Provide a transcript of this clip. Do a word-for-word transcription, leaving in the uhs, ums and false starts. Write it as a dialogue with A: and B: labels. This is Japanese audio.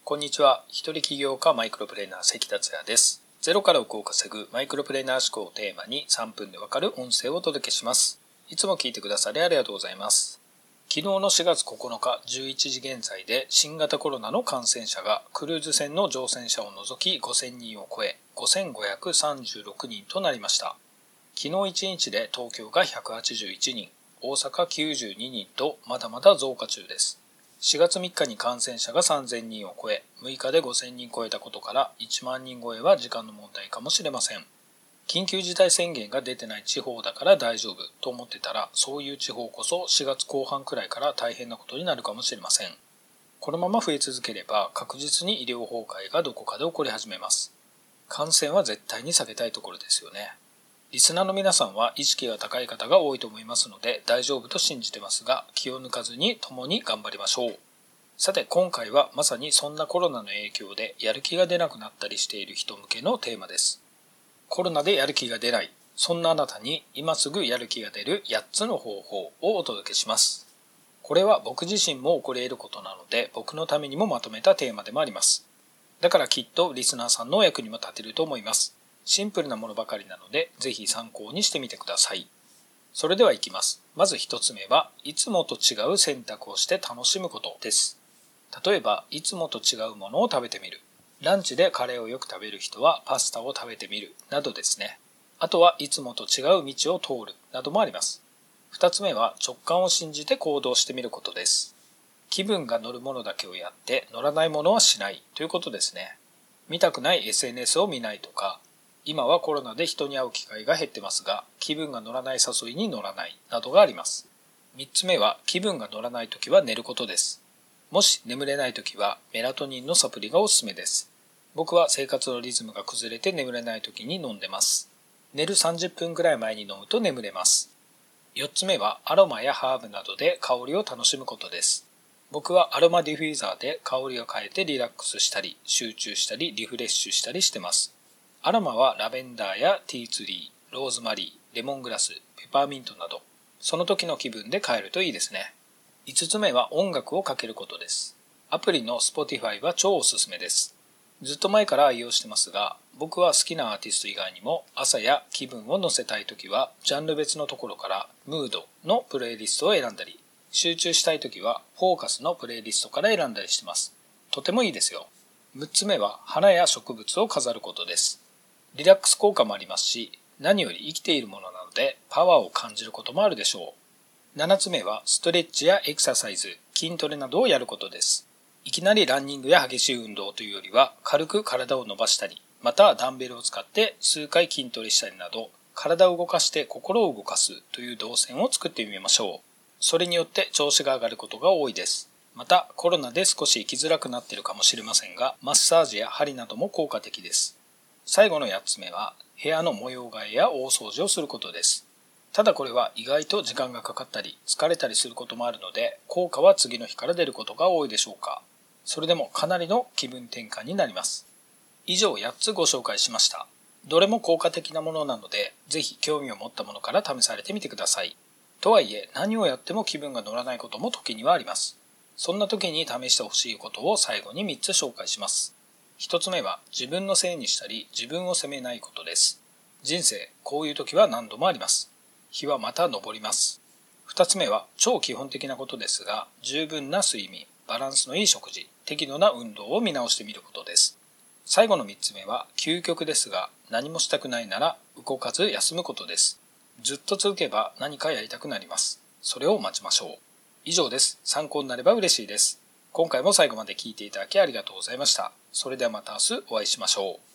A: こんにちは。一人起業家マイクロプレーナー関達也です。ゼロから億を稼ぐマイクロプレーナー思考をテーマにさんぷんでわかる音声をお届けします。いつも聞いてくださりありがとうございます。昨日のしがつここのかじゅういちじ現在で新型コロナの感染者がクルーズ船の乗船者を除きごせんにんを超えごせんごひゃくさんじゅうろくにんとなりました。昨日いちにちで東京がひゃくはちじゅういちにん、大阪きゅうじゅうににんとまだまだ増加中です。しがつみっかに感染者がさんぜんにんを超え、むいかでごせんにん超えたことからいちまんにん超えは時間の問題かもしれません。緊急事態宣言が出てない地方だから大丈夫と思ってたら、そういう地方こそしがつこう半くらいから大変なことになるかもしれません。このまま増え続ければ確実に医療崩壊がどこかで起こり始めます。感染は絶対に避けたいところですよね。リスナーの皆さんは意識が高い方が多いと思いますので大丈夫と信じてますが、気を抜かずに共に頑張りましょう。さて今回はまさにそんなコロナの影響でやる気が出なくなったりしている人向けのテーマです。コロナでやる気が出ない、そんなあなたに今すぐやる気が出るやっつの方法をお届けします。これは僕自身も起こり得ることなので僕のためにもまとめたテーマでもあります。だからきっとリスナーさんのお役にも立てると思います。シンプルなものばかりなのでぜひ参考にしてみてください。それではいきます。まず一つ目はいつもと違う選択をして楽しむことです。例えばいつもと違うものを食べてみる。ランチでカレーをよく食べる人はパスタを食べてみるなどですね。あとはいつもと違う道を通るなどもあります。二つ目は直感を信じて行動してみることです。気分が乗るものだけをやって乗らないものはしないということですね。見たくない エスエヌエス を見ないとか、今はコロナで人に会う機会が減ってますが気分が乗らない誘いに乗らないなどがあります。三つ目は気分が乗らないときは寝ることです。もし眠れないときはメラトニンのサプリがおすすめです。僕は生活のリズムが崩れて眠れないときに飲んでます。寝るさんじゅっぷんくらい前に飲むと眠れます。よっつめはアロマやハーブなどで香りを楽しむことです。僕はアロマディフューザーで香りを変えてリラックスしたり集中したりリフレッシュしたりしてます。アロマはラベンダーやティーツリー、ローズマリー、レモングラス、ペパーミントなど、その時の気分で変えるといいですね。いつつめは音楽をかけることです。アプリの Spotify は超おすすめです。ずっと前から愛用してますが、僕は好きなアーティスト以外にも朝や気分を乗せたい時はジャンル別のところからムードのプレイリストを選んだり、集中したい時はフォーカスのプレイリストから選んだりしてます。とてもいいですよ。むっつめは花や植物を飾ることです。リラックス効果もありますし、何より生きているものなのでパワーを感じることもあるでしょう。ななつめはストレッチやエクササイズ、筋トレなどをやることです。いきなりランニングや激しい運動というよりは軽く体を伸ばしたり、またダンベルを使って数回筋トレしたりなど、体を動かして心を動かすという動線を作ってみましょう。それによって調子が上がることが多いです。またコロナで少し生きづらくなっているかもしれませんが、マッサージや針なども効果的です。最後のやっつめは部屋の模様替えや大掃除をすることです。ただこれは意外と時間がかかったり疲れたりすることもあるので効果は次の日から出ることが多いでしょうか。それでもかなりの気分転換になります。以上やっつご紹介しました。どれも効果的なものなのでぜひ興味を持ったものから試されてみてください。とはいえ何をやっても気分が乗らないことも時にはあります。そんな時に試してほしいことを最後にみっつ紹介します。一つ目は自分のせいにしたり自分を責めないことです。人生こういう時は何度もあります。日はまた昇ります。二つ目は超基本的なことですが、十分な睡眠、バランスのいい食事、適度な運動を見直してみることです。最後の三つ目は究極ですが、何もしたくないなら動かず休むことです。ずっと続けば何かやりたくなります。それを待ちましょう。以上です。参考になれば嬉しいです。今回も最後まで聞いていただきありがとうございました。それではまた明日お会いしましょう。